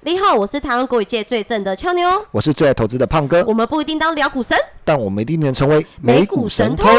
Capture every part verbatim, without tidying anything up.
你好，我是台湾国语界最正的俏妞， 我是最爱投资的胖哥。 我们不一定当聊股神， 但我们一定能成为美股神偷。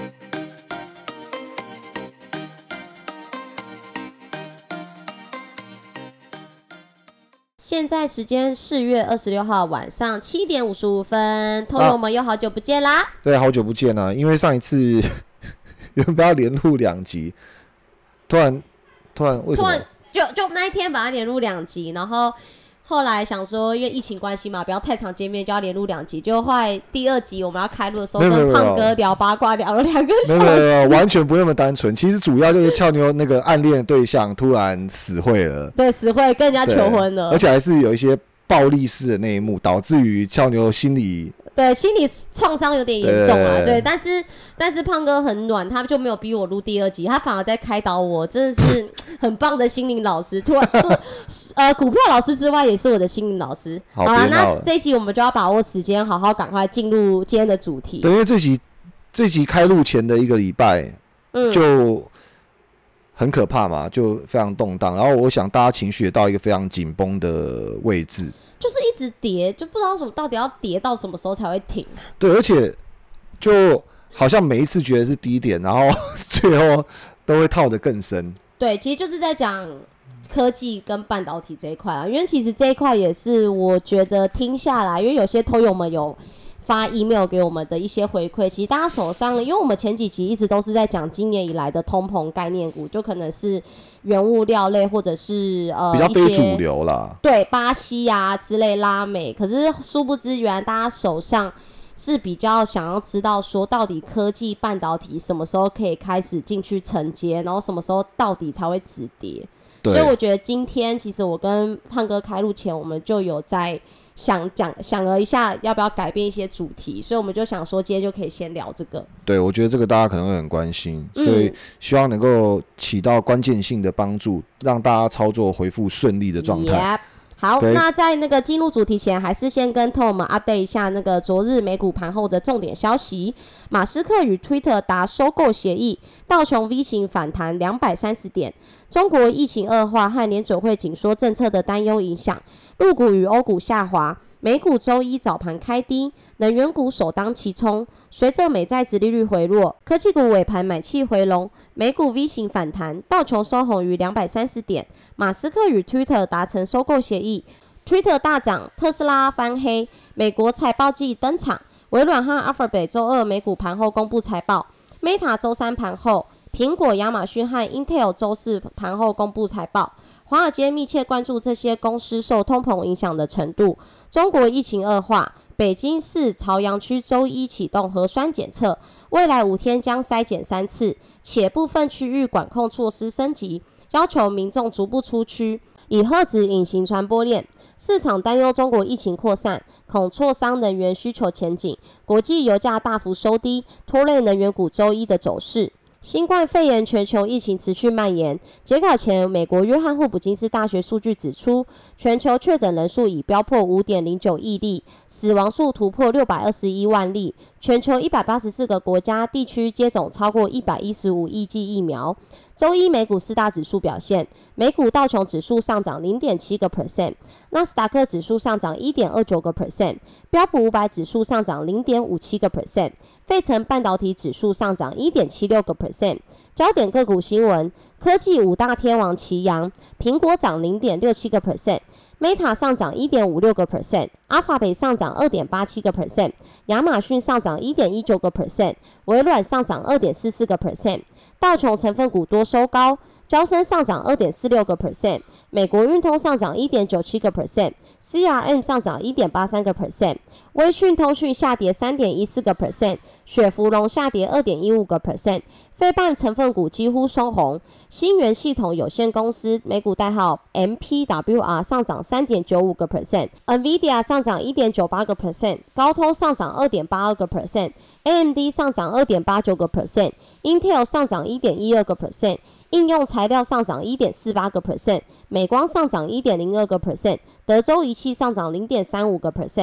现在时间四月二十六号晚上七点五十五分，同友们又好久不见啦！ 啊、对，好久不见啦！因为上一次原本要连录两集，突然突然为什么？突然就就那一天把它连录两集，然后。后来想说，因为疫情关系嘛，不要太常见面，就要连录两集。就后来第二集我们要开录的时候，跟胖哥聊八卦聊了两个小时。 没有没有，完全不那么单纯。其实主要就是俏妞那个暗恋的对象突然死会了， 对，死会跟人家求婚了， 而且还是有一些暴力式的那一幕，导致于俏妞心里。 对，心理创伤有点严重啊。对，但是但是胖哥很暖，他就没有逼我录第二集，他反而在开导我，真的是很棒的心灵老师。除了呃股票老师之外，也是我的心灵老师。 好啦，那这一集我们就要把握时间，好好赶快进入今天的主题。 对，因为这集这集开录前的一个礼拜，嗯，就很可怕嘛，就非常动荡。然后我想大家情绪也到一个非常紧绷的位置。 就是一直跌，就不知道什么到底要跌到什么时候才会停。 对，而且就好像每一次觉得是低点，然后最后都会套得更深。 对，其实就是在讲科技跟半导体这一块啊，因为其实这一块也是我觉得听下来，因为有些偷友们有发 email 给我们的一些回馈，其实大家手上，因为我们前几集一直都是在讲今年以来的通膨概念股，就可能是原物料类或者是呃比较非主流啦， 对，巴西啊之类拉美，可是殊不知原来大家手上是比较想要知道说到底科技半导体什么时候可以开始进去承接，然后什么时候到底才会止跌。所以我觉得今天其实我跟胖哥开录前，我们就有在想讲想了一下要不要改变一些主题，所以我们就想说今天就可以先聊这个。 对，我觉得这个大家可能会很关心，嗯、所以希望能够起到关键性的帮助，让大家操作恢复顺利的状态。 Yep.好，那在那个进入主题前，还是先跟同我们 update 一下那个昨日美股盘后的重点消息。马斯克与 Twitter 达收购协议，道琼 V 型反弹两百三十点。中国疫情恶化和联准会紧缩政策的担忧影响，陆股与欧股下滑。美股周一早盘开低，能源股首当其冲。随着美债殖利率回落，科技股尾盘买气回笼，美股 V 型反弹，道琼收红于两百三十点。马斯克与 Twitter 达成收购协议 ，Twitter 大涨，特斯拉翻黑。美国财报季登场，微软和 Alphabet 周二美股盘后公布财报 ，Meta 周三盘后，苹果、亚马逊和 Intel 周四盘后公布财报。华尔街密切关注这些公司受通膨影响的程度。中国疫情恶化，北京市朝阳区周一启动核酸检测，未来五天将筛检三次，且部分区域管控措施升级，要求民众逐步出区，以遏止隐形传播链。市场担忧中国疫情扩散，恐挫伤能源需求前景。国际油价大幅收低，拖累能源股周一的走势。新冠肺炎全球疫情持续蔓延。截稿前，美国约翰霍普金斯大学数据指出，全球确诊人数已飙破 五点零九亿例，死亡数突破六百二十一万例。全球一百八十四个国家地区接种超过一百一十五亿剂疫苗。周一美股四大指数表现，美股道琼指数上涨 零点七个百分点， 纳斯达克指数上涨 一点二九个百分点， 标普五百指数上涨 零点五七个百分点， 费城半导体指数上涨 一点七六个百分点。焦点个股新闻，科技五大天王齐扬，苹果涨 零点六七个百分点， Meta 上涨 一点五六个百分点， Alphabet 上涨 二点八七个百分点， 亚马逊上涨 一点一九个百分点， 微软上涨 二点四四个百分点。道琼成分股多收高，交生上涨 二点四六个百分点， 美国运通上涨 一点九七个百分点， C R M 上涨 一点八三个百分点， 微讯通讯下跌 三点一四个百分点， 雪佛龙下跌 二点一五个百分点，非半成分股几乎收红，新源系统有限公司美股代号 M P W R 上涨 三点九五个百分点， Nvidia 上涨 一点九八个百分点， 高通上涨 二点八二个百分点， A M D 上涨 二点八九个百分点， Intel 上涨 一点一二个百分点，应用材料上涨 一点四八个百分点， 美光上涨 一点零二个百分点， 德州仪器上涨 零点三五个百分点，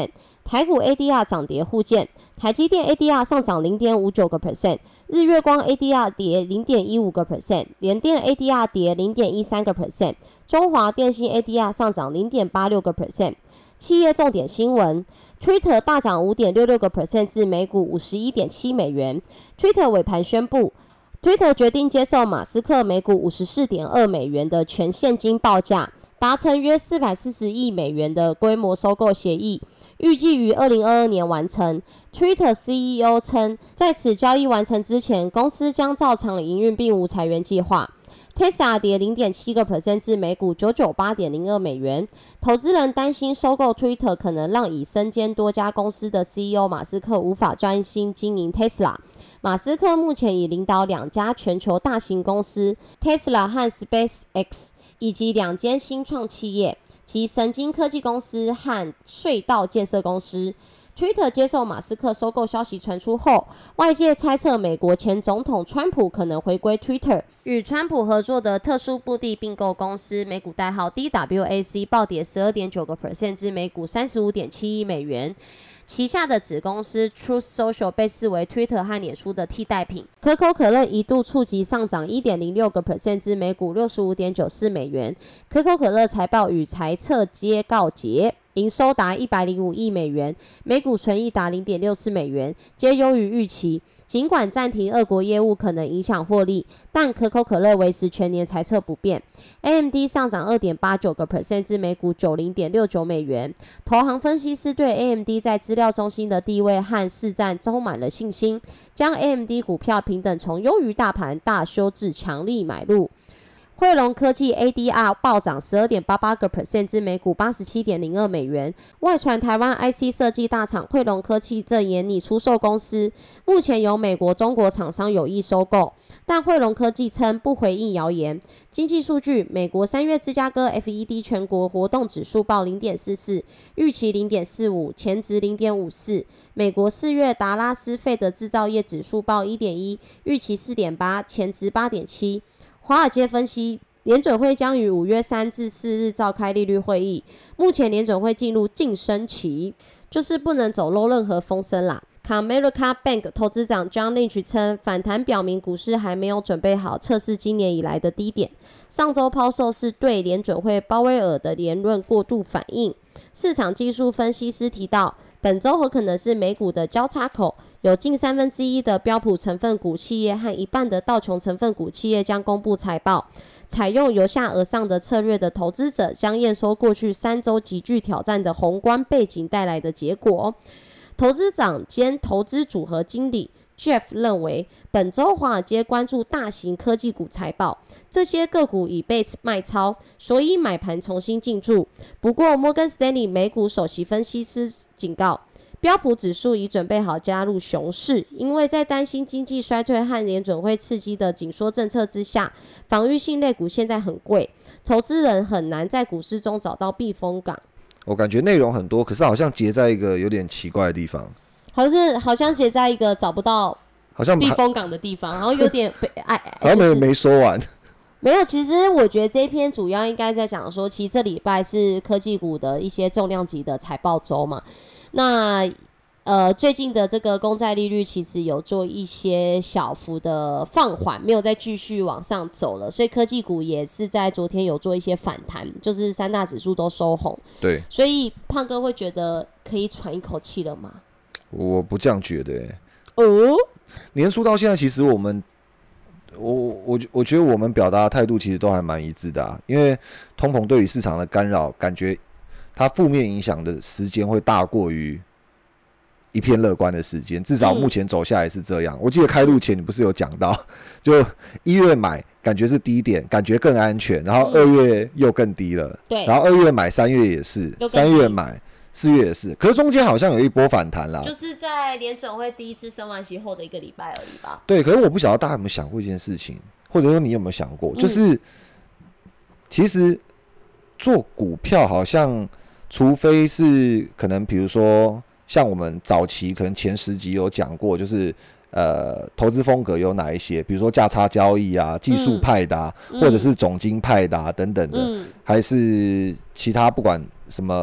台股 A D R 涨跌互见，台积电 A D R 上涨 零点五九个百分点， 日月光 A D R 跌 零点一五个百分点， 联电 A D R 跌 零点一三个百分点， 中华电信 A D R 上涨 零点八六个百分点。企业重点新闻 Twitter 大涨 五点六六个百分点 至每股 五十一点七美元。 Twitter 尾盘宣布Twitter 决定接受马斯克每股 五十四点二美元的全现金报价，达成约四百四十亿美元的规模收购协议，预计于二零二二年完成。 Twitter C E O 称，在此交易完成之前，公司将照常营运并无裁员计划。Tesla 跌 零点七个百分点 至每股 九百九十八点零二美元。投资人担心收购 Twitter 可能让已身兼多家公司的 C E O 马斯克无法专心经营 Tesla。马斯克目前已领导两家全球大型公司 Tesla 和 SpaceX， 以及两间新创企业及神经科技公司和隧道建设公司。Twitter 接受马斯克收购消息传出后，外界猜测美国前总统川普可能回归 Twitter。 与川普合作的特殊目的并购公司美股代号 D W A C 暴跌 十二点九个百分点 至每股 三十五点七一美元。旗下的子公司 Truth Social 被视为 Twitter 和脸书的替代品。可口可乐一度触及上涨 一点零六个百分点 至每股 六十五点九四美元。可口可乐财报与财测皆告捷，营收达一百零五亿美元，每股纯益达 零点六四美元，皆优于预期。尽管暂停俄国业务可能影响获利，但可口可乐维持全年财测不变。A M D 上涨 二点八九个百分点 至每股 九十点六九美元。投行分析师对 A M D 在资料中心的地位和市占充满了信心，将 A M D 股票平等从优于大盘大修至强力买入。汇龙科技 A D R 暴涨 十二点八八个百分点 至每股 八十七点零二美元。外传台湾 I C 设计大厂汇龙科技正研拟出售公司，目前由美国、中国厂商有意收购，但汇龙科技称不回应谣言。经济数据，美国三月芝加哥 F E D 全国活动指数报 零点四四， 预期 零点四五， 前值 零点五四。美国四月达拉斯费德制造业指数报 一点一， 预期 四点八， 前值 八点七。华尔街分析，联准会将于五月三至四日召开利率会议，目前联准会进入晋升期，就是不能走漏任何风声啦。Comerica Bank 投资长 John Lynch 称，反弹表明股市还没有准备好测试今年以来的低点。上周抛售是对联准会鲍威尔的言论过度反应。市场技术分析师提到，本周很可能是美股的交叉口，有近三分之一的标普成分股企业和一半的道琼成分股企业将公布财报。采用由下而上的策略的投资者将验收过去三周极具挑战的宏观背景带来的结果。投资长兼投资组合经理 Jeff 认为，本周华尔街关注大型科技股财报，这些个股已被卖超，所以买盘重新进驻。不过 Morgan Stanley 美股首席分析师警告，标普指数已准备好加入熊市，因为在担心经济衰退和联准会刺激的紧缩政策之下，防御性类股现在很贵，投资人很难在股市中找到避风港。 我感觉内容很多，可是好像结在一个有点奇怪的地方， 好像好像结在一个找不到好像避风港的地方，然后有点被哎， 好像没有没说完。 没有，其实我觉得这一篇主要应该在讲说，其实这礼拜是科技股的一些重量级的财报周嘛。那呃，最近的这个公债利率其实有做一些小幅的放缓，没有再继续往上走了，所以科技股也是在昨天有做一些反弹，就是三大指数都收红。 对， 所以胖哥会觉得可以喘一口气了吗？ 我不这样觉得、欸。 哦， 年初到现在，其实我们，我我我觉得我们表达的态度其实都还蛮一致的啊，因为通膨对于市场的干扰，感觉它负面影响的时间会大过于一片乐观的时间，至少目前走下来是这样。嗯、我记得开录前你不是有讲到，就一月买感觉是低点，感觉更安全，然后二月又更低了， 对、嗯， 然后二月买，三月也是，三月买，四月也是，可是中间好像有一波反弹啦， 就是在联准会第一次升完息后的一个礼拜而已吧。 对，可是我不晓得大家有没有想过一件事情，或者说你有没有想过，就是、嗯、其实做股票好像，除非是可能比如说。像我们早期可能前十集有讲过，就是呃投资风格有哪一些，比如说价差交易啊、技术派的、啊嗯、或者是总经派的、啊、等等的、嗯，还是其他不管什么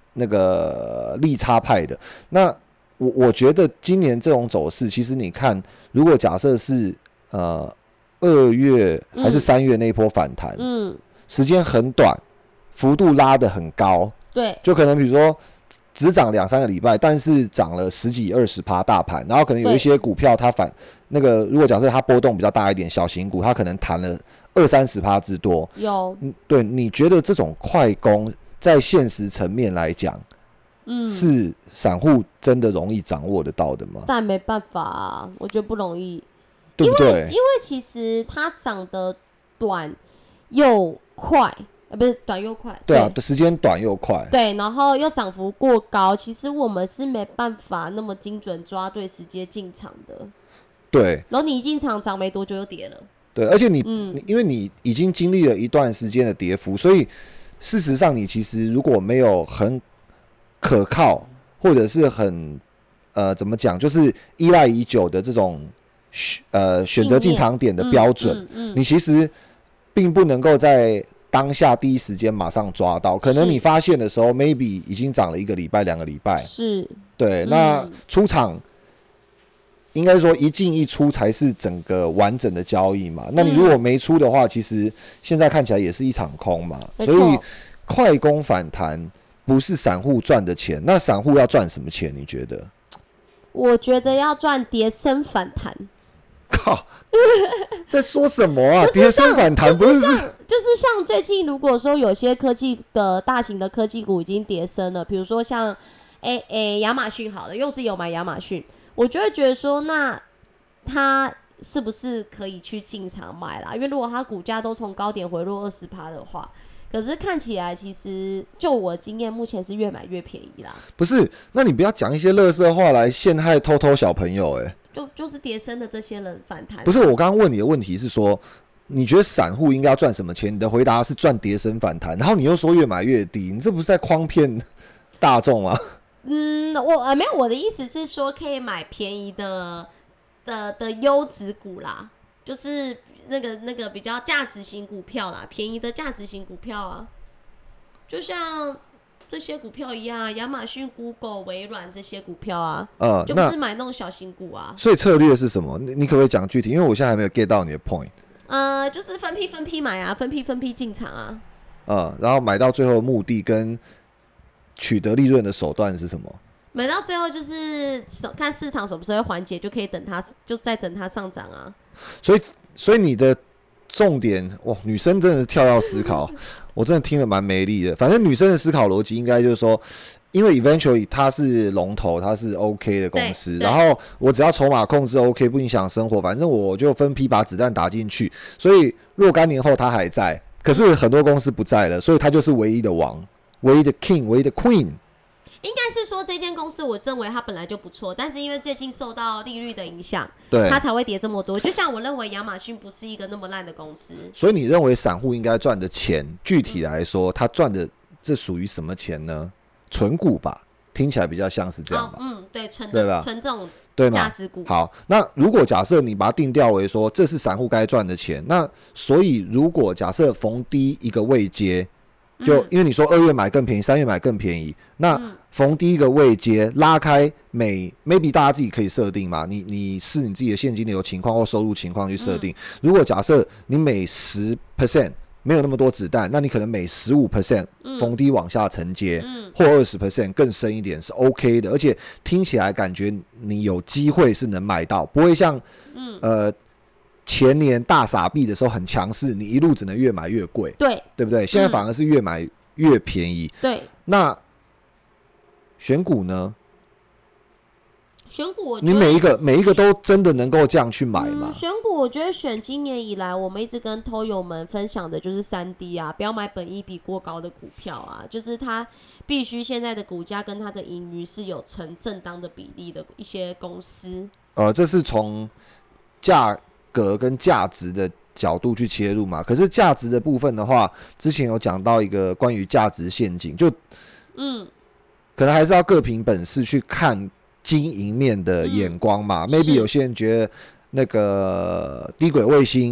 那个利差派的。那我我觉得今年这种走势，其实你看，如果假设是呃二月还是三月那一波反弹，嗯，时间很短，幅度拉得很高， 对， 就可能比如说只涨两三个礼拜，但是涨了十几二十趴大盘，然后可能有一些股票它反那个，如果假设它波动比较大一点，小型股它可能弹了二三十趴之多。 有， 对，你觉得这种快攻在现实层面来讲，嗯，是散户真的容易掌握得到的吗？ 但没办法啊，我觉得不容易， 对不对？因为因为其实它涨得短又快。呃，不是短又快， 对啊，时间短又快， 对，然后又涨幅过高，其实我们是没办法那么精准抓对时间进场的。 对， 然后你一进场涨没多久就跌了， 对，而且你，嗯、你因为你已经经历了一段时间的跌幅，所以事实上你其实如果没有很可靠或者是很呃怎么讲，就是依赖已久的这种呃选择进场点的标准，嗯嗯嗯、你其实并不能够在当下第一时间马上抓到，可能你发现的时候 maybe 已经涨了一个礼拜两个礼拜， 是， 对，那出场应该说一进一出才是整个完整的交易嘛，那你如果没出的话，其实现在看起来也是一场空嘛，所以快攻反弹不是散户赚的钱，那散户要赚什么钱？你觉得？ 我觉得要赚跌升反弹。 靠，在说什么啊？跌升反弹不是？ 就是像最近，如果说有些科技的大型的科技股已经跌升了，比如说像诶诶亚马逊好了，柚子有买亚马逊，我就会觉得说，那它是不是可以去进场买啦？因为如果它股价都从高点回落二十趴的话，可是看起来其实就我的经验，目前是越买越便宜啦。 不是，那你不要讲一些垃圾话来陷害偷偷小朋友哎、欸。 就就是跌升的这些人反弹。 不是，我刚刚问你的问题是说，你觉得散户应该要赚什么钱？你的回答是赚跌升反弹，然后你又说越买越低，你这不是在诓骗大众吗？ 嗯，我呃没有，我的意思是说可以买便宜的的的优质股啦，就是那个那个比较价值型股票啦，便宜的价值型股票啊，就像这些股票一样，亚马逊、Google、微软这些股票啊，呃，就不是买那种小型股啊。 所以策略是什么？你你可不可以讲具体？因为我现在还没有 get 到你的 point。 呃，就是分批分批买啊，分批分批进场啊。 呃，然后买到最后的目的跟取得利润的手段是什么？ 买到最后就是看市场什么时候会缓解，就可以等它，就再等它上涨啊。 所以，所以你的重点，哇，女生真的是跳跃思考。我真的听了蛮没力的。反正女生的思考逻辑应该就是说，因为 eventually 它是龙头，它是 OK 的公司，然后我只要筹码控制 OK， 不影响生活，反正我就分批把子弹打进去。所以若干年后它还在，可是很多公司不在了，所以它就是唯一的王，唯一的 king， 唯一的 queen。 应该是说这间公司，我认为它本来就不错，但是因为最近受到利率的影响，它才会跌这么多。就像我认为亚马逊不是一个那么烂的公司， 所以你认为散户应该赚的钱，具体来说，他赚的这属于什么钱呢？纯股吧，听起来比较像是这样吧。 哦、嗯，对，纯对吧？ 纯这种价值股。 好，那如果假设你把它定调为说这是散户该赚的钱，那所以如果假设逢低一个位阶。就因为你说二月买更便宜，三月买更便宜，那逢第一个位阶拉开每 maybe 大家自己可以设定嘛，你你是你自己的现金流情况或收入情况去设定。如果假设你每 百分之十 没有那么多子弹，那你可能每 百分之十五 逢低往下承接，或 百分之二十 更深一点是 OK 的，而且听起来感觉你有机会是能买到，不会像呃。前年大撒币的时候很强势，你一路只能越买越贵， 对对不对？现在反而是越买越便宜。 对、嗯， 那选股呢？ 选股我觉得你每一个每一个都真的能够这样去买吗？ 嗯、选股我觉得选今年以来我们一直跟偷友们分享的就是 三 D 啊，不要买本益比过高的股票啊，就是它必须现在的股价跟它的盈余是有成正当的比例的一些公司。 呃，这是从价格跟价值的角度去切入嘛，可是价值的部分的话，之前有讲到一个关于价值陷阱，就嗯，可能还是要各凭本事去看经营面的眼光嘛。嗯、maybe 有些人觉得那个低轨卫星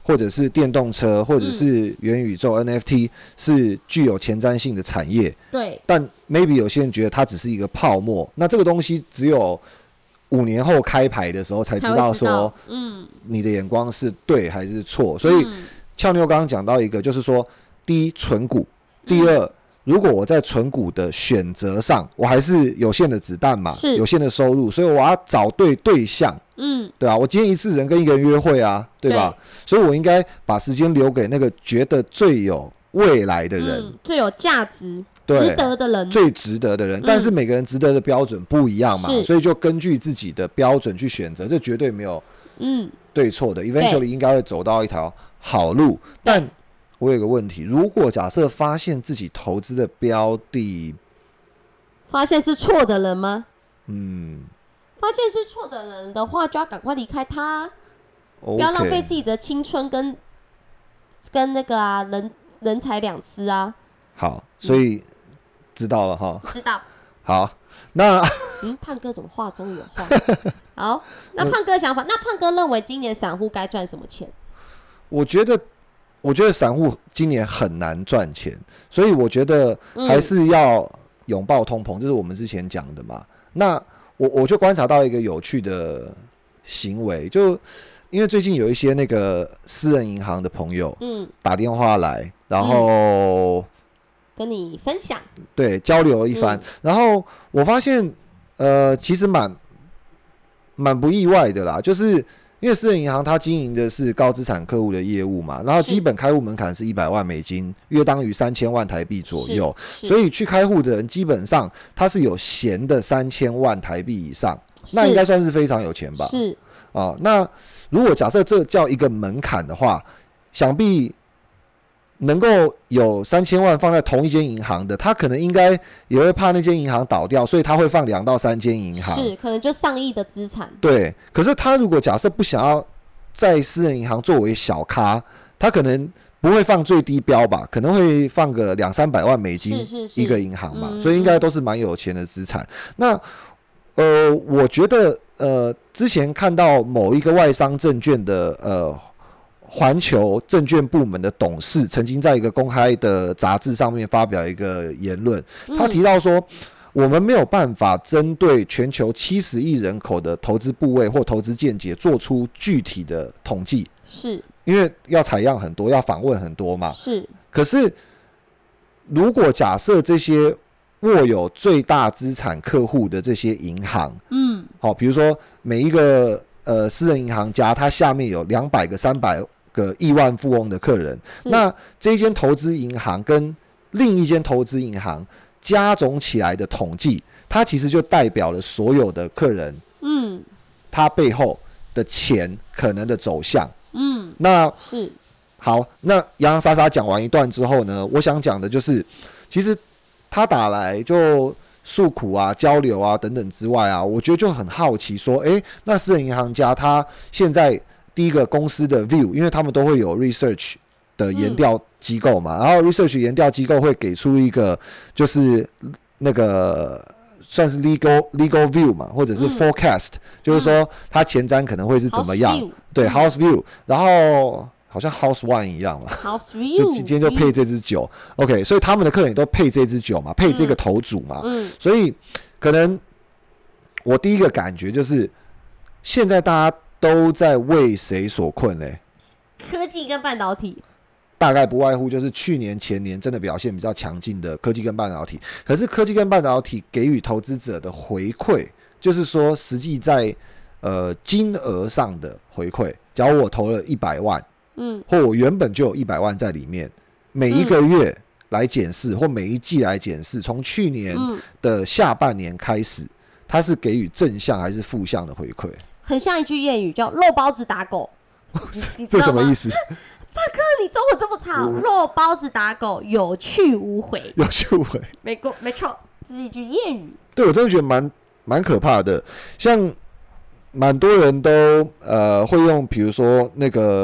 或者是电动车，或者是元宇宙、嗯、N F T 是具有前瞻性的产业。 对。 但 maybe 有些人觉得它只是一个泡沫，那这个东西只有五年后开牌的时候才知道说，嗯，你的眼光是对还是错。所以俏妞刚刚讲到一个，就是说，第一存股，第二。嗯，如果我在存股的选择上，我还是有限的子弹嘛，有限的收入，所以我要找对对象，嗯，对啊，我今天一次人跟一个人约会啊，对吧？对，所以我应该把时间留给那个觉得最有未来的人，嗯， 最有价值、值得的人， 最值得的人。嗯，但是每个人值得的标准不一样嘛，所以就根据自己的标准去选择，这绝对没有嗯对错的。Eventually 应该会走到一条好路，但。我有个问题，如果假设发现自己投资的标的， 发现是错的人吗？嗯，发现是错的人的话，就要赶快离开他， okay. 不要浪费自己的青春跟跟那个啊人人财两失啊。 好，所以、嗯、知道了哈。 知道。 好，那嗯，胖哥怎么话中有话？好，那胖哥的想法，那胖哥认为今年散户该赚什么钱？ 我觉得。我觉得散户今年很难赚钱，所以我觉得还是要拥抱通膨，这是我们之前讲的嘛。那我我就观察到一个有趣的行为，就因为最近有一些那个私人银行的朋友，嗯，打电话来，然后、嗯、 跟你分享， 对，交流了一番，嗯、然后我发现，呃，其实蛮蛮不意外的啦，就是。因为私人银行它经营的是高资产客户的业务嘛，然后基本开户门槛是一百万美金，约当于三千万台币左右，所以去开户的人基本上他是有闲的三千万台币以上，那应该算是非常有钱吧？是啊，那如果假设这叫一个门槛的话，想必能够有三千万放在同一间银行的，他可能应该也会怕那间银行倒掉，所以他会放两到三间银行， 是可能就上亿的资产。 对，可是他如果假设不想要在私人银行作为小咖，他可能不会放最低标吧，可能会放个两三百万美金一个银行嘛，是是是，所以应该都是蛮有钱的资产。那呃，我觉得呃，之前看到某一个外商证券的呃。环球证券部门的董事曾经在一个公开的杂志上面发表一个言论，他提到说，我们没有办法针对全球七十亿人口的投资部位或投资见解做出具体的统计，是因为要采样很多，要访问很多嘛。是，可是如果假设这些握有最大资产客户的这些银行，嗯，好，比如说每一个呃私人银行家，它下面有两百个、三百个亿万富翁的客人，那这一间投资银行跟另一间投资银行加总起来的统计，它其实就代表了所有的客人，嗯，它背后的钱可能的走向，嗯，那是好。那洋洋洒洒讲完一段之后呢，我想讲的就是，其实他打来就诉苦啊、交流啊等等之外啊，我觉得就很好奇说，哎，那私人银行家他现在。第一个公司的 view， 因为他们都会有 research 的研调机构嘛，嗯、然后 research 研调机构会给出一个就是那个算是 legal legal view 嘛，或者是 forecast，、嗯、就是说它前瞻可能会是怎么样，嗯、对 house view， 然后好像 house wine 一样嘛 ，house view， 就今天就配这支酒 ，OK， 所以他们的客人也都配这支酒嘛，配这个头组嘛，嗯、所以可能我第一个感觉就是现在大家。都在为谁所困嘞？ 科技跟半导体， 大概不外乎就是去年前年真的表现比较强劲的科技跟半导体。可是科技跟半导体给予投资者的回馈，就是说实际在呃金额上的回馈。假如我投了一百万，嗯，或我原本就有一百万在里面，每一个月来检视、嗯、或每一季来检视，从去年的下半年开始，它是给予正向还是负向的回馈？ 很像一句谚语叫肉包子打狗， 这什么意思？ 大哥，你中文这么差、嗯、肉包子打狗，有去无回， 有去无回， 没错，没错，这是一句谚语。 对，我真的觉得蛮蛮可怕的，像蛮多人都呃会用，比如说那个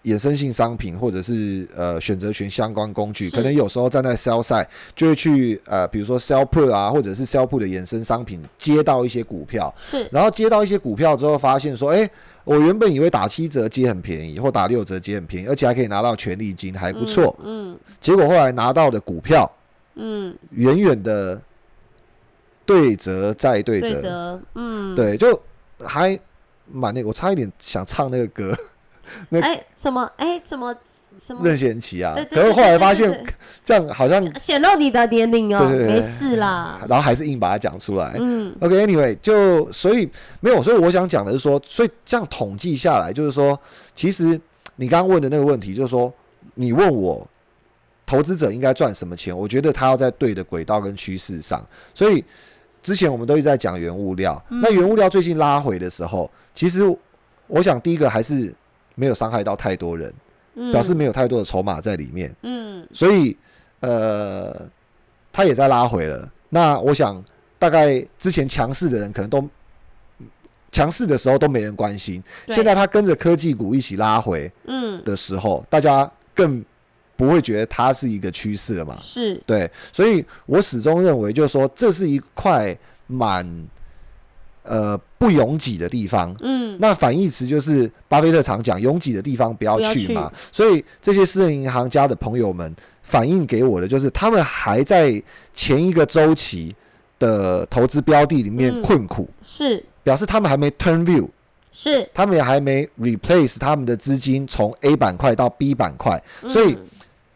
衍生性商品或者是呃选择权相关工具，可能有时候站在 sell side 就会去呃比如说 sell put 啊，或者是 sell put 的衍生商品接到一些股票， 是， 然后接到一些股票之后发现说，哎、欸，我原本以为打七折接很便宜，或打六折接很便宜，而且还可以拿到权利金，还不错。嗯，嗯结果后来拿到的股票，嗯，远远的对折再对折，对折，嗯，对，就还蛮那个，我差一点想唱那个歌。 哎、欸，什么？哎、欸，什么什么？ 任贤齐啊！对对对对对对对，可是后来发现这样好像显露你的年龄哦。对对对，没事啦。 然后还是硬把它讲出来。嗯。OK，Anyway，、okay, 就所以没有，所以我想讲的是说，所以这样统计下来，就是说，其实你刚刚问的那个问题，就是说，你问我投资者应该赚什么钱，我觉得他要在对的轨道跟趋势上。所以之前我们都一直在讲原物料，嗯、那原物料最近拉回的时候，其实我想第一个还是没有伤害到太多人，嗯、表示没有太多的筹码在里面。嗯，所以呃，他也在拉回了。那我想大概之前强势的人可能都强势的时候都没人关心，现在他跟着科技股一起拉回的时候，嗯、大家更不会觉得它是一个趋势了嘛？是，对，所以我始终认为就是说这是一块蛮。呃，不拥挤的地方，嗯，那反义词就是巴菲特常讲，拥挤的地方不要去嘛。所以这些私人银行家的朋友们反映给我的就是，他们还在前一个周期的投资标的里面困苦，嗯、是表示他们还没 turn view， 是他们也还没 replace 他们的资金从 A 板块到 B 板块，嗯、所以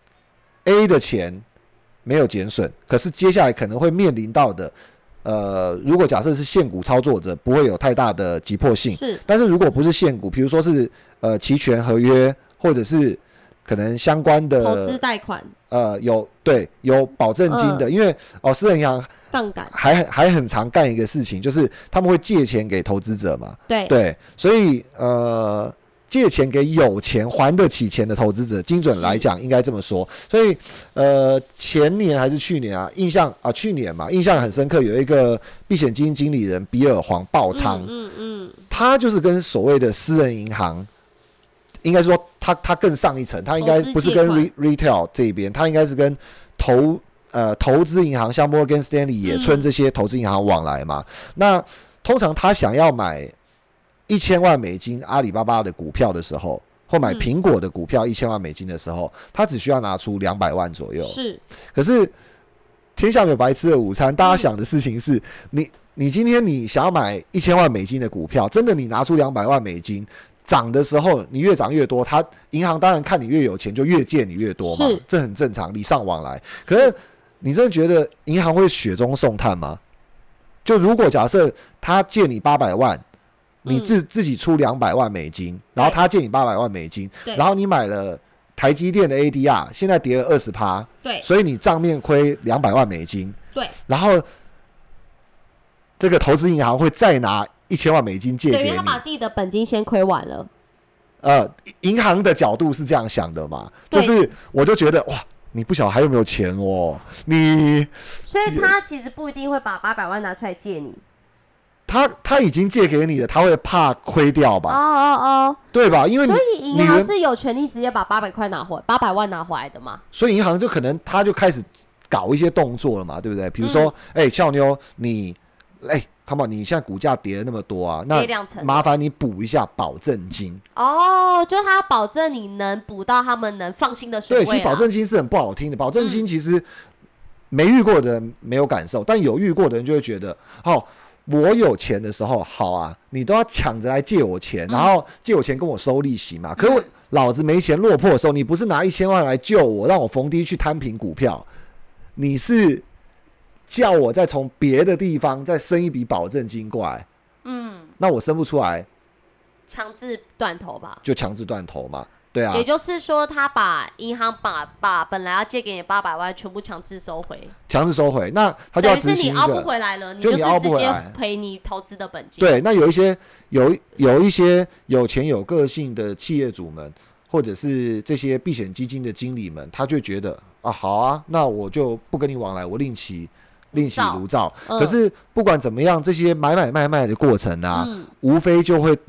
A 的钱没有减损，可是接下来可能会面临到的。呃，如果假设是现股操作者，不会有太大的急迫性。是，但是如果不是现股，比如说是呃期权合约，或者是可能相关的投资贷款， 呃，有对有保证金的，呃、因为哦，私人银行杠杆还还很常干一个事情，就是他们会借钱给投资者嘛。 对对，所以呃。借钱给有钱还得起钱的投资者，精准来讲应该这么说。所以，呃，前年还是去年啊，印象啊，去年嘛，印象很深刻，有一个避险基金经理人比尔黄爆仓，嗯嗯嗯，他就是跟所谓的私人银行，应该说他他更上一层，他应该不是跟 retail 这边，他应该是跟投呃投资银行，像 Morgan Stanley、野村这些投资银行往来嘛。嗯、那通常他想要买。一千万美金阿里巴巴的股票的时候，或买苹果的股票一千万美金的时候，他只需要拿出两百万左右。是，可是天下没有白吃的午餐，大家想的事情是，你你今天你想要买一千万美金的股票，真的你拿出两百万美金，涨的时候你越涨越多，他银行当然看你越有钱就越借你越多嘛，这很正常，礼尚往来。可是你真的觉得银行会雪中送炭吗？就如果假设他借你八百万。你自自己出两百万美金，然后他借你八百万美金，然后你买了台积电的 A D R， 现在跌了二十趴，对，所以你账面亏两百万美金，对，然后这个投资银行会再拿一千万美金借给你， 等于他把自己的本金先亏完了。 呃，银行的角度是这样想的嘛，就是我就觉得哇。你不晓得还有没有钱哦，你， 所以他其实不一定会把八百万拿出来借你。 他他已经借给你了，他会怕亏掉吧？哦哦哦，对吧？因为所以银行是有权利直接把八百块拿回八百万拿回来的嘛？ 所以银行就可能他就开始搞一些动作了嘛，对不对？比如说，哎、嗯，俏、欸、妞，你，哎、欸、，come on， 你现在股价跌了那么多啊，那麻烦你补一下保证金。 哦，就他保证你能补到他们能放心的水位、啊。 对，其实保证金是很不好听的，保证金其实没遇过的人没有感受，但有遇过的人就会觉得，哦。我有钱的时候，好啊，你都要抢着来借我钱，然后借我钱跟我收利息嘛。嗯、可是我老子没钱落魄的时候，你不是拿一千万来救我，让我逢低去摊平股票，你是叫我再从别的地方再生一笔保证金过来。嗯，那我生不出来， 强制断头吧？ 就强制断头嘛。对啊， 也就是说，他把银行把把本来要借给你八百万全部强制收回， 强制收回，那他就要执行一个， 等于是你凹不回来了，你就是直接赔你投资的本金。 对，那有一些有有一些有钱有个性的企业主们，或者是这些避险基金的经理们，他就觉得啊，好啊，那我就不跟你往来，我另起另起炉灶。嗯、可是不管怎么样，这些买买卖卖的过程啊，嗯、无非就会对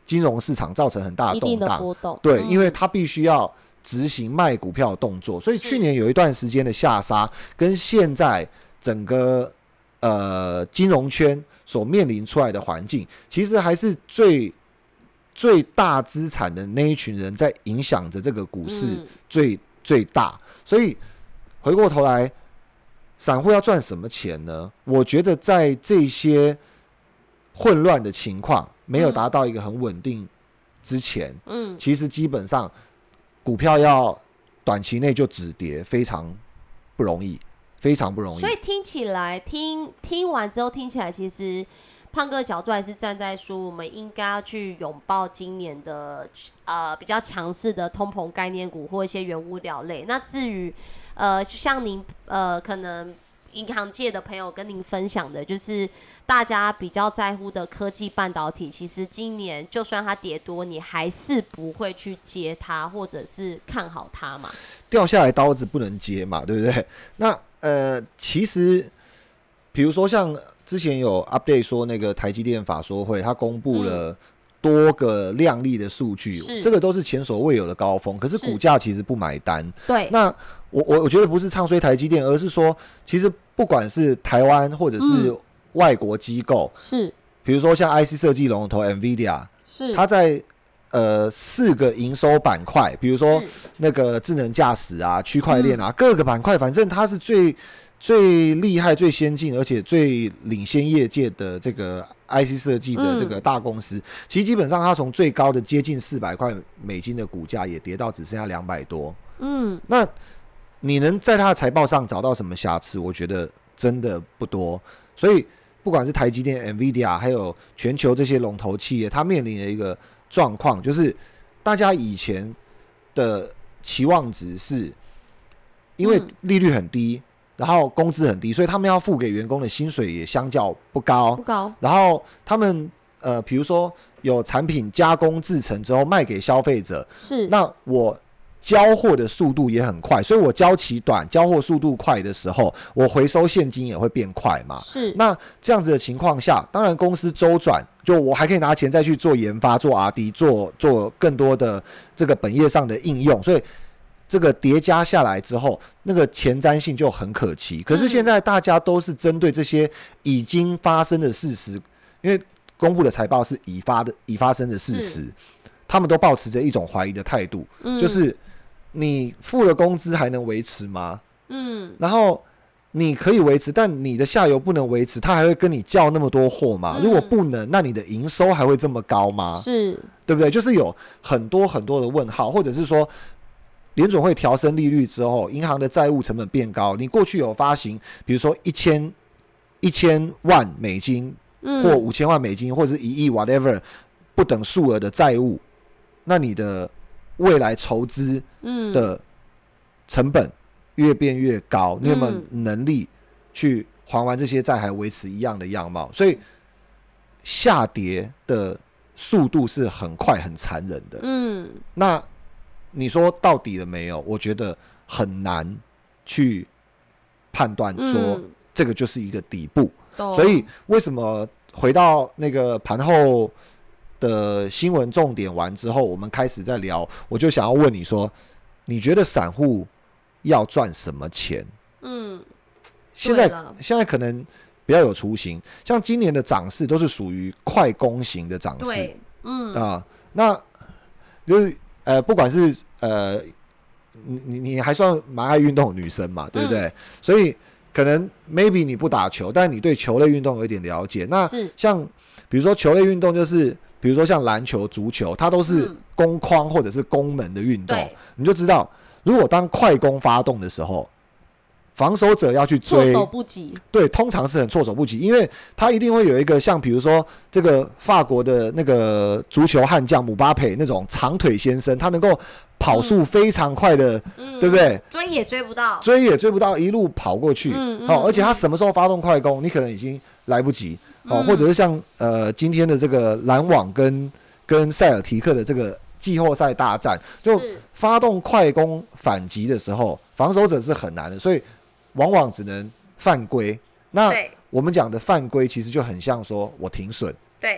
金融市场造成很大的动荡， 波动对、 嗯， 因为它必须要执行卖股票的动作，所以去年有一段时间的下杀，跟现在整个呃金融圈所面临出来的环境，其实还是最最大资产的那一群人在影响着这个股市最、嗯、最大，所以回过头来，散户要赚什么钱呢？我觉得在这些混乱的情况没有达到一个很稳定之前，嗯，其实基本上股票要短期内就止跌非常不容易，非常不容易。 所以听起来，听听完之后听起来，其实胖哥的角度还是站在说，我们应该要去拥抱今年的呃比较强势的通膨概念股或一些原物料类。那至于呃像您呃可能银行界的朋友跟您分享的，就是大家比较在乎的科技半导体，其实今年就算它跌多，你还是不会去接它，或者是看好它嘛？ 掉下来刀子不能接嘛，对不对？那呃，其实比如说像之前有 update 说那个台积电法说会，它公布了多个亮丽的数据、嗯，这个都是前所未有的高峰，可是股价其实不买单。 对， 那我我我觉得不是唱衰台积电，而是说，其实不管是台湾或者是外国机构， 是、嗯， 比如说像 I C 设计龙头 NVIDIA， 是，它在呃四个营收板块，比如说那个智能驾驶啊、区块链啊、嗯，各个板块，反正它是最最厉害、最先进，而且最领先业界的这个 I C 设计的这个大公司。嗯、其实基本上，它从最高的接近四百块美金的股价，也跌到只剩下两百多。嗯，那你能在它的财报上找到什么瑕疵？我觉得真的不多。所以，不管是台积电、NVIDIA， 还有全球这些龙头企业，它面临的一个状况，就是大家以前的期望值是，因为利率很低。嗯，然后工资很低，所以他们要付给员工的薪水也相较不高。 不高。 然后他们呃，比如说有产品加工制成之后卖给消费者， 是。 那我交货的速度也很快，所以我交期短、交货速度快的时候，我回收现金也会变快嘛。 是。 那这样子的情况下，当然公司周转，就我还可以拿钱再去做研发、做 R D、做做更多的这个本业上的应用，所以。这个叠加下来之后，那个前瞻性就很可期。可是现在大家都是针对这些已经发生的事实，因为公布的财报是已发的已发生的事实，他们都抱持着一种怀疑的态度、嗯，就是你付了工资还能维持吗？嗯，然后你可以维持，但你的下游不能维持，他还会跟你叫那么多货吗？嗯、如果不能，那你的营收还会这么高吗？ 是， 对不对？就是有很多很多的问号，或者是说。联准会调升利率之后，银行的债务成本变高。你过去有发行，比如说一千一千万美金，或五千万美金，或者是一亿 whatever 不等数额的债务，那你的未来筹资的成本越变越高，你有没有能力去还完这些债，还维持一样的样貌？所以下跌的速度是很快、很残忍的。嗯，那。你说到底了没有？我觉得很难去判断说这个就是一个底部，嗯、所以为什么回到那个盘后的新闻重点完之后，我们开始在聊，我就想要问你说，你觉得散户要赚什么钱？嗯，现在现在可能比较有雏形，像今年的涨势都是属于快攻型的涨势， 对，嗯啊，那就是。呃，不管是呃，你你还算蛮爱运动的女生嘛，对不对？嗯、所以可能 maybe 你不打球，但你对球类运动有一点了解。那像比如说球类运动，就是比如说像篮球、足球，它都是攻框或者是攻门的运动、嗯，你就知道，如果当快攻发动的时候。防守者要去追， 措手不及。 对，通常是很措手不及，因为他一定会有一个像比如说这个法国的那个足球悍将姆巴佩那种长腿先生，他能够跑速非常快的，嗯、对不对？ 追也追不到， 追也追不到，一路跑过去。嗯嗯、哦，而且他什么时候发动快攻，你可能已经来不及。哦，嗯、或者是像呃今天的这个篮网跟跟塞尔提克的这个季后赛大战，就发动快攻反击的时候，防守者是很难的，所以。往往只能犯规，那我们讲的犯规其实就很像说我停损， 对，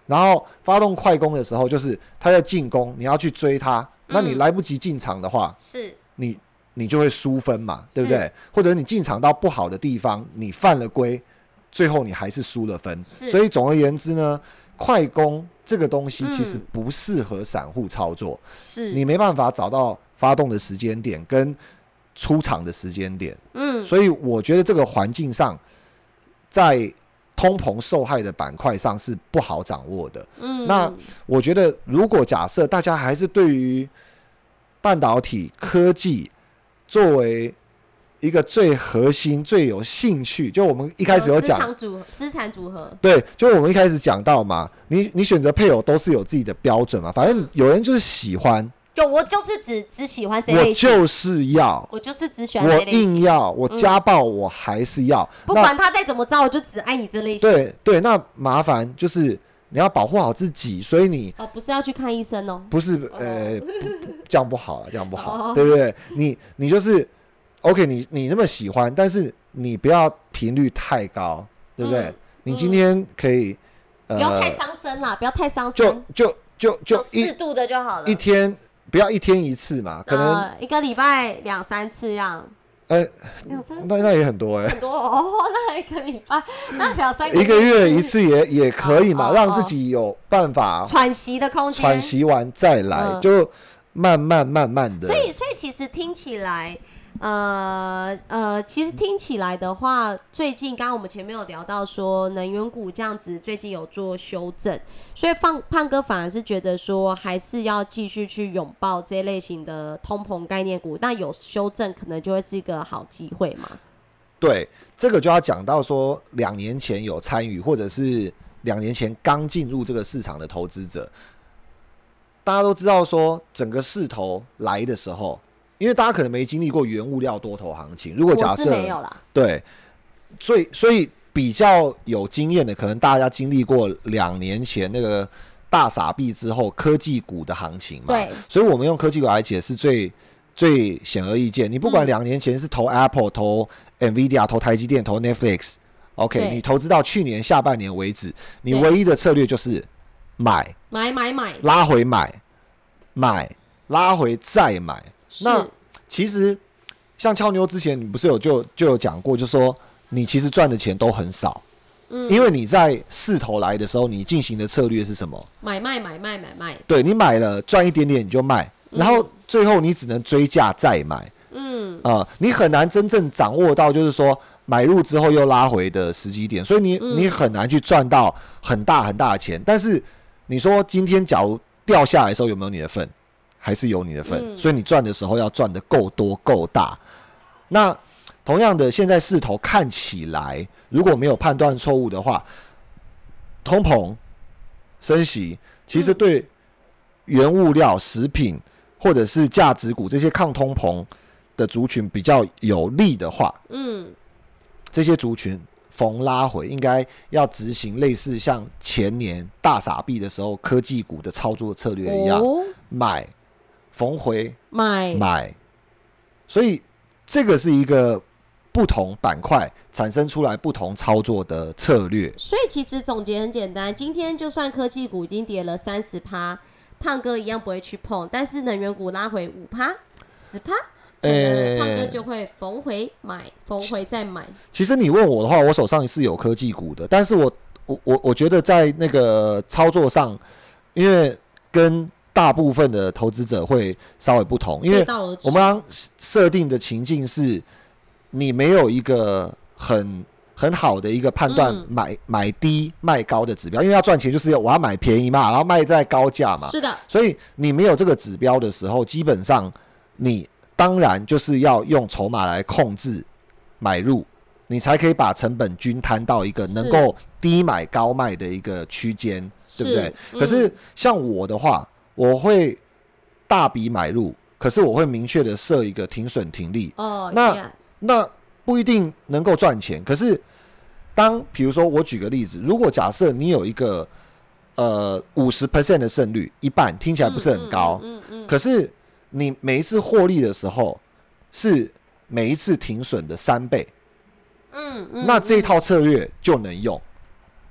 然后发动快攻的时候，就是他在进攻，你要去追他，那你来不及进场的话， 是你你就会输分嘛，对不对？或者你进场到不好的地方，你犯了规，最后你还是输了分。所以总而言之呢，快攻这个东西其实不适合散户操作， 是、嗯、 你没办法找到发动的时间点跟出场的时间点。 嗯， 所以我觉得这个环境上，在通膨受害的板块上是不好掌握的。嗯，那我觉得如果假设大家还是对于半导体科技作为一个最核心、最有兴趣，就我们一开始有讲资产组合， 对，就我们一开始讲到嘛，你你选择配偶都是有自己的标准嘛，反正有人就是喜欢。 就我就是只只喜欢这类型， 我就是要， 我就是只喜欢这类型， 我硬要，我家暴我还是要， 嗯、不管他再怎么着，我就只爱你这类型。 对对，那麻烦就是你要保护好自己，所以你哦，不是要去看医生哦， 不是，呃，不这样不好了，这样不好，哦、对不对？你你就是 OK， 你你那么喜欢，但是你不要频率太高，对不对？嗯、你今天可以、 嗯呃、不要太伤身啦，不要太伤身， 就就就就适度的就好了， 一天。不要一天一次嘛，可能、 呃、一个礼拜两三次让， 呃，那那也很多哎、欸， 很多哦，那一个礼拜那两三个一个月一次也也可以嘛，哦、让自己有办法喘息的空间， 喘息完再来，嗯、就慢慢慢慢的。 所以所以其实听起来。呃呃，其实听起来的话，最近刚刚我们前面有聊到说能源股这样子，最近有做修正，所以放胖哥反而是觉得说，还是要继续去拥抱这类型的通膨概念股，但有修正可能就会是一个好机会嘛。 对，这个就要讲到说，两年前有参与，或者是两年前刚进入这个市场的投资者，大家都知道说，整个势头来的时候。因为大家可能没经历过原物料多头行情，如果假设我是没有啦， 对，所以所以比较有经验的，可能大家经历过两年前那个大撒币之后科技股的行情嘛， 对， 所以我们用科技股来解释最最显而易见。你不管两年前是投 Apple、投 Nvidia、投台积电、投 Netflix，OK， 你投资到去年下半年为止，你唯一的策略就是买买买买， 拉回买买拉回再买。那其实像俏妞之前你不是有就就有讲过，就说你其实赚的钱都很少，嗯，因为你在势头来的时候，你进行的策略是什么？ 买卖买卖买卖。对， 你买了赚一点点你就卖，然后最后你只能追价再买，嗯啊、呃，你很难真正掌握到就是说买入之后又拉回的时机点，所以你你很难去赚到很大很大的钱。但是你说今天假如掉下来的时候有没有你的份？还是有你的份，嗯、所以你赚的时候要赚的够多够大。那同样的，现在势头看起来，如果没有判断错误的话，通膨、升息，其实对原物料、食品或者是价值股这些抗通膨的族群比较有利的话，嗯，这些族群逢拉回应该要执行类似像前年大撒币的时候科技股的操作策略一样，哦、买。逢回买买，所以这个是一个不同板块产生出来不同操作的策略。 所以其实总结很简单，今天就算科技股已经跌了 百分之三十， 胖哥一样不会去碰，但是能源股拉回 百分之五 百分之十， 欸、胖哥就会逢回买，逢回再买。 其实你问我的话，我手上是有科技股的，但是我我我我觉得在那个操作上，因为跟大部分的投资者会稍微不同，因为我们刚设定的情境是，你没有一个很很好的一个判断买、嗯、买低卖高的指标，因为要赚钱就是我要买便宜嘛，然后卖在高价嘛， 是的。 所以你没有这个指标的时候，基本上你当然就是要用筹码来控制买入，你才可以把成本均摊到一个能够低买高卖的一个区间，对不对？嗯、可是像我的话。我会大笔买入，可是我会明确的设一个停损停利。哦，那、yeah. 那不一定能够赚钱。可是当比如说我举个例子，如果假设你有一个呃 百分之五十 的胜率，一半听起来不是很高，嗯嗯嗯嗯、可是你每一次获利的时候是每一次停损的三倍，嗯嗯、那这一套策略就能用。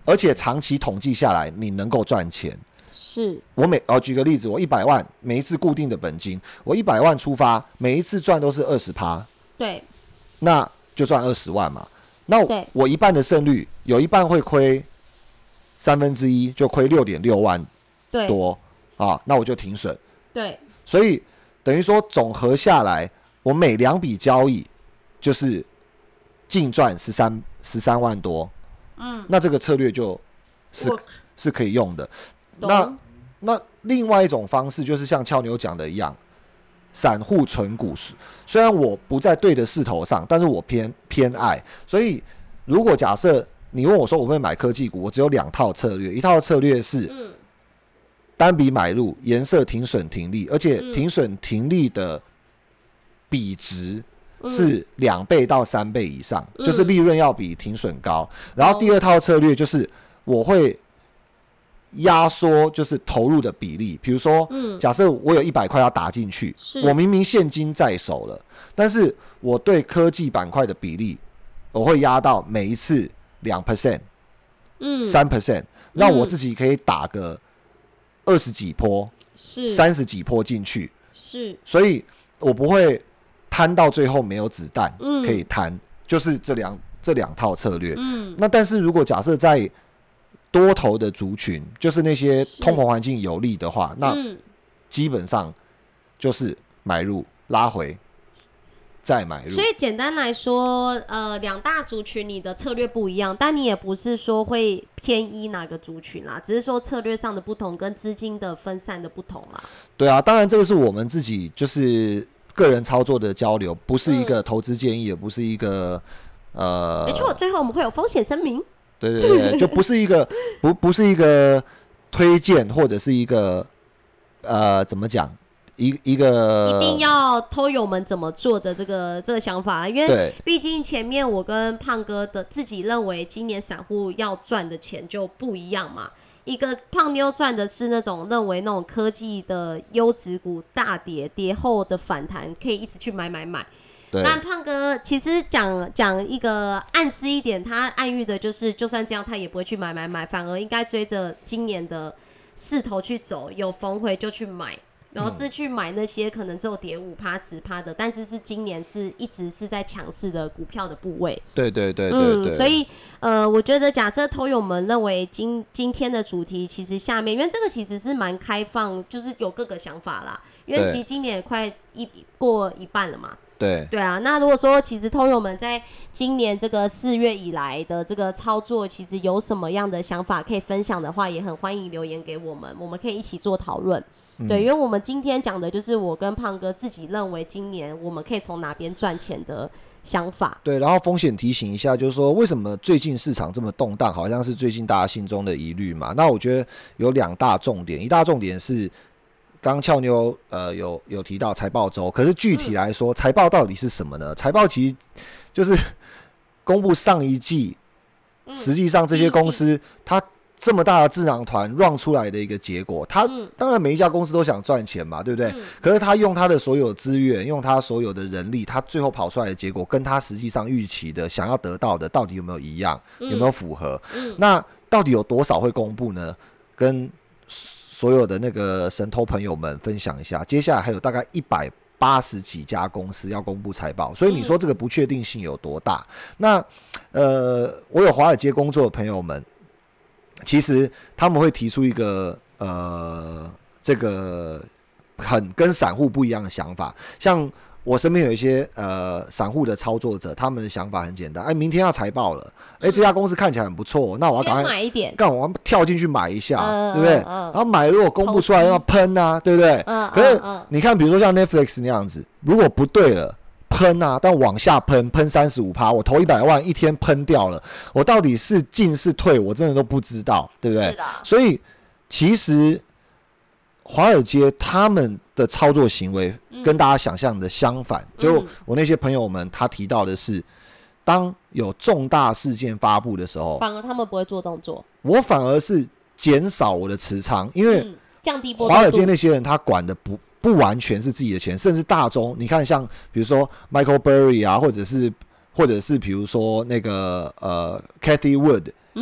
而且长期统计下来，你能够赚钱。 是我每哦，举个例子，我一百万，每一次固定的本金，我一百万出发，每一次赚都是二十趴，对，那就赚二十万嘛。那 我, 我一半的胜率，有一半会亏三分之一，就亏六点六万多啊，那我就停损。对，所以等于说总和下来，我每两笔交易就是净赚十三十三万多。嗯，那这个策略就是是可以用的。那那另外一种方式就是像俏妞讲的一样，散户存股，虽然我不在对的势头上，但是我偏偏爱。所以如果假设你问我说我会买科技股，我只有两套策略，一套策略是单笔买入，颜色停损停利，而且停损停利的比值是两倍到三倍以上，就是利润要比停损高。然后第二套策略就是我会压缩就是投入的比例，比如说，假设我有一百块要打进去，我明明现金在手了，但是我对科技板块的比例，我会压到每一次两 percent， 嗯，三 percent， 让我自己可以打个二十几波，是三十几波进去，是，所以我不会摊到最后没有子弹可以摊，就是这两这两套策略。嗯，那但是如果假设在多头的族群，就是那些通膨环境有利的话，那基本上就是买入拉回再买入。 所以简单来说，呃，两大族群你的策略不一样，但你也不是说会偏依哪个族群啦，只是说策略上的不同跟资金的分散的不同啦。 对啊，当然这个是我们自己就是个人操作的交流，不是一个投资建议，也不是一个呃， 没错，最后我们会有风险声明。 对对对，就不是一个不不是一个推荐，或者是一个呃怎么讲，一一个一定要偷友们怎么做的这个这个想法，因为毕竟前面我跟胖哥的自己认为今年散户要赚的钱就不一样嘛。一个胖妞赚的是那种认为那种科技的优质股大跌跌后的反弹，可以一直去买买买。那胖哥其实讲讲一个暗示一点，他暗喻的就是，就算这样他也不会去买买买，反而应该追着今年的势头去走，有逢回就去买，然后是去买那些可能只有跌五趴十趴的，但是是今年是一直是在强势的股票的部位。 对对对对对。 嗯，所以呃，我觉得假设投友们认为今今天的主题其实下面，因为这个其实是蛮开放，就是有各个想法啦，因为其实今年也快一过一半了嘛。对对啊，那如果说其实投友们在今年这个四月以来的这个操作，其实有什么样的想法可以分享的话，也很欢迎留言给我们，我们可以一起做讨论。嗯、对，因为我们今天讲的就是我跟胖哥自己认为今年我们可以从哪边赚钱的想法。 对，然后风险提醒一下，就是说为什么最近市场这么动荡，好像是最近大家心中的疑虑嘛。那我觉得有两大重点，一大重点是。刚俏妞呃有有提到财报周，可是具体来说，财报到底是什么呢？财报其实就是公布上一季，实际上这些公司它这么大的智囊团 run 出来的一个结果。它当然每一家公司都想赚钱嘛，对不对？可是他用他的所有资源，用他所有的人力，他最后跑出来的结果，跟他实际上预期的想要得到的，到底有没有一样？有没有符合？那到底有多少会公布呢？跟所有的那个神偷朋友们分享一下，接下来还有大概一百八十几家公司要公布财报，所以你说这个不确定性有多大？那呃，我有华尔街工作的朋友们，其实他们会提出一个呃，这个很跟散户不一样的想法，像。我身边有一些呃散户的操作者，他们的想法很简单，哎，明天要财报了，哎，这家公司看起来很不错，那我要赶快买一点， 干我要跳进去买一下，呃、对不对？呃、然后买如果公布出来要喷啊，对不对？呃、可是、呃、你看，比如说像 Netflix 那样子，如果不对了，喷啊，但往下喷，喷三十五趴，我投一百万一天喷掉了，我到底是进是退，我真的都不知道，对不对？所以其实华尔街他们的操作行为跟大家想象的相反，嗯、就我那些朋友们他提到的是，当有重大事件发布的时候， 反而他们不会做动作， 我反而是减少我的持仓，因为降低波动度。 华尔街那些人他管的不不完全是自己的钱，甚至大宗，你看像比如说 Michael Burry 啊，或者是或者是比如说那个呃 Cathy Wood， 嗯，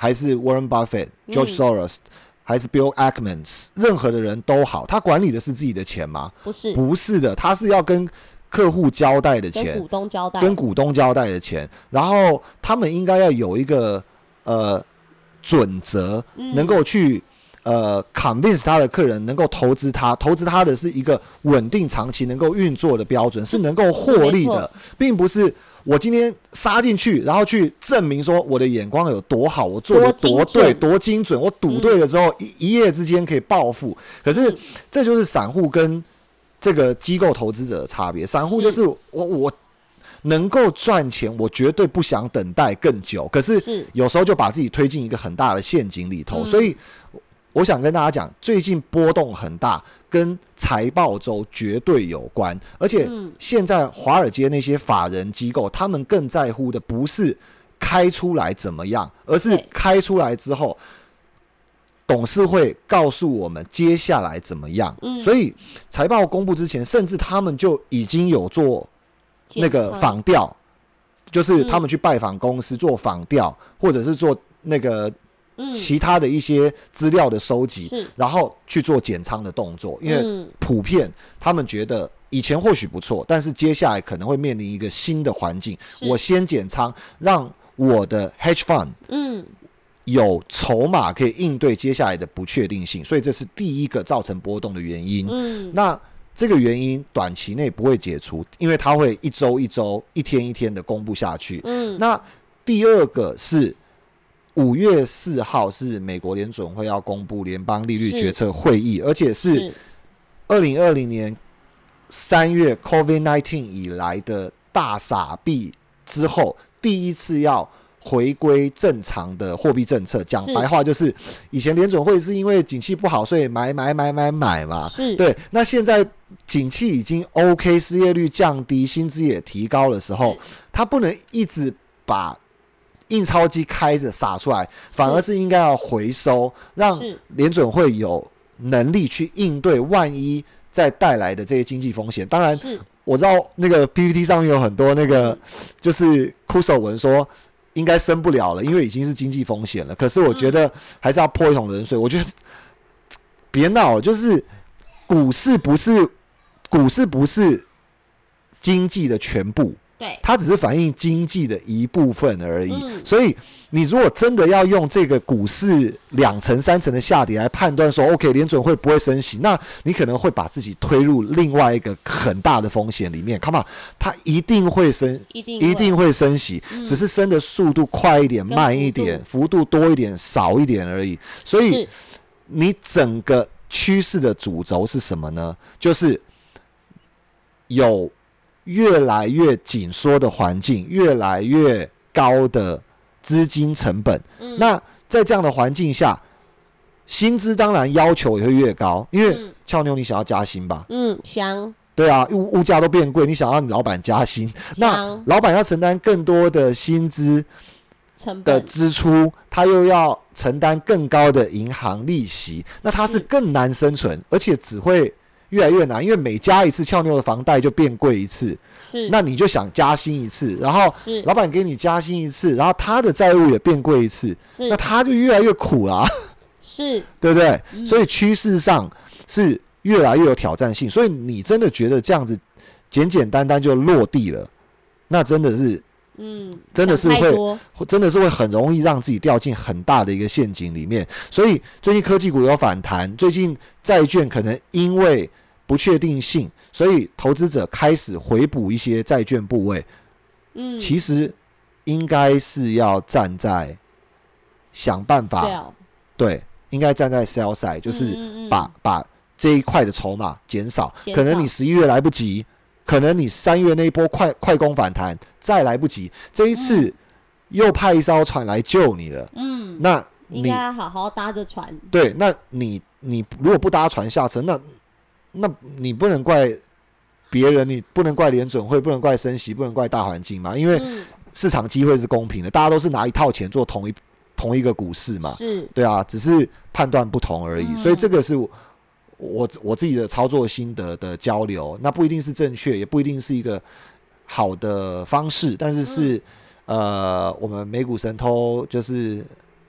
还是 Warren Buffett、George Soros、嗯、还是 Bill Ackman， 任何的人都好，他管理的是自己的钱吗？ 不是， 不是的，他是要跟客户交代的钱， 跟股东交代， 跟股东交代的钱，然后他们应该要有一个呃准则，能够去。呃 ，convince 他的客人能够投资他，投资他的是一个稳定长期能够运作的标准，是能够获利的，并不是我今天杀进去，然后去证明说我的眼光有多好，我做的多对，多精准，我赌对了之后，嗯、一一夜之间可以暴富。可是这就是散户跟这个机构投资者的差别。散户就是我我能够赚钱，我绝对不想等待更久，可是有时候就把自己推进一个很大的陷阱里头，嗯、所以。我想跟大家讲，最近波动很大，跟财报周绝对有关。而且现在华尔街那些法人机构，他们更在乎的不是开出来怎么样，而是开出来之后，董事会告诉我们接下来怎么样。所以财报公布之前，甚至他们就已经有做那个访调，就是他们去拜访公司做访调，或者是做那个。其他的一些资料的收集，然后去做减仓的动作，因为普遍他们觉得以前或许不错，但是接下来可能会面临一个新的环境，我先减仓，让我的 hedge fund 嗯有筹码可以应对接下来的不确定性，所以这是第一个造成波动的原因。嗯，那这个原因短期内不会解除，因为它会一周一周、一天一天的公布下去。嗯，那第二个是。五月四号是美国联准会要公布联邦利率决策会议，而且是二零二零年三月 COVID 十九 以来的大撒币之后第一次要回归正常的货币政策。讲白话就是，以前联准会是因为景气不好，所以买买买买买嘛。对，那现在景气已经 OK， 失业率降低，薪资也提高的时候，它不能一直把印钞机开着撒出来，反而是应该要回收，让联准会有能力去应对万一再带来的这些经济风险。当然，我知道那个 P P T 上面有很多那个就是哭手文说应该升不了了，因为已经是经济风险了。可是我觉得还是要泼一桶冷水。我觉得别闹了，就是股市不是股市不是经济的全部。它只是反映经济的一部分而已，嗯、所以你如果真的要用这个股市两成三成的下跌来判断说 ，OK， 联准会不会升息，那你可能会把自己推入另外一个很大的风险里面。Come on， 它一定会升，一定 会, 一定会升息，嗯、只是升的速度快一点、慢一点，幅度多一点、少一点而已。所以你整个趋势的主轴是什么呢？就是有。越来越紧缩的环境，越来越高的资金成本。嗯、那在这样的环境下，薪资当然要求也会越高，因为俏妞你想要加薪吧？嗯，想。对啊，物物价都变贵，你想要你老板加薪，那老板要承担更多的薪资的支出，他又要承担更高的银行利息，那他是更难生存，而且只会。越来越难，因为每加一次俏妞的房贷就变贵一次，是，那你就想加薪一次，然后老板给你加薪一次，然后他的债务也变贵一次，那他就越来越苦啦、啊，是，对不对？嗯、所以趋势上是越来越有挑战性，所以你真的觉得这样子简简单单就落地了，那真的是。嗯，真的是会，真的是会很容易让自己掉进很大的一个陷阱里面。所以最近科技股有反弹，最近债券可能因为不确定性，所以投资者开始回补一些债券部位。嗯，其实应该是要站在想办法， Sell. 对，应该站在 sell side， 就是把、嗯嗯、把这一块的筹码减少。可能你十一月来不及。可能你三月那一波快快攻反弹再来不及，这一次又派一艘船来救你了。嗯，那你应该好好搭着船。 对，那你你如果不搭船下车，那那你不能怪别人，你不能怪联准会，不能怪升息，不能怪大环境嘛，因为市场机会是公平的，大家都是拿一套钱做同一同一个股市嘛。是，对啊，只是判断不同而已。嗯、所以这个是。我我自己的操作心得的交流，那不一定是正确，也不一定是一个好的方式，但是是、嗯、呃，我们美股神偷就是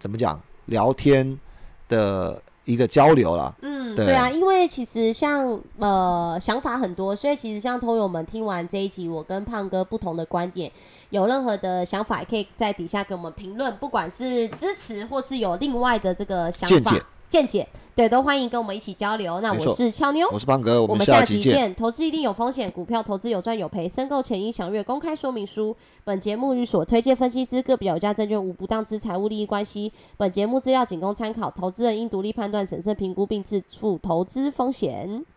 怎么讲聊天的一个交流啦。 嗯，对啊，因为其实像呃想法很多，所以其实像通友们听完这一集，我跟胖哥不同的观点，有任何的想法，也可以在底下给我们评论，不管是支持或是有另外的这个想法。 见解见解，对，都欢迎跟我们一起交流。那我是俏妞， 我是胖哥， 我们下集见。投资一定有风险，股票投资有赚有赔，申购前应详阅公开说明书。本节目与所推荐分析之个别有价证券无不当之财务利益关系。本节目资料仅供参考，投资人应独立判断、审慎评估并自负投资风险。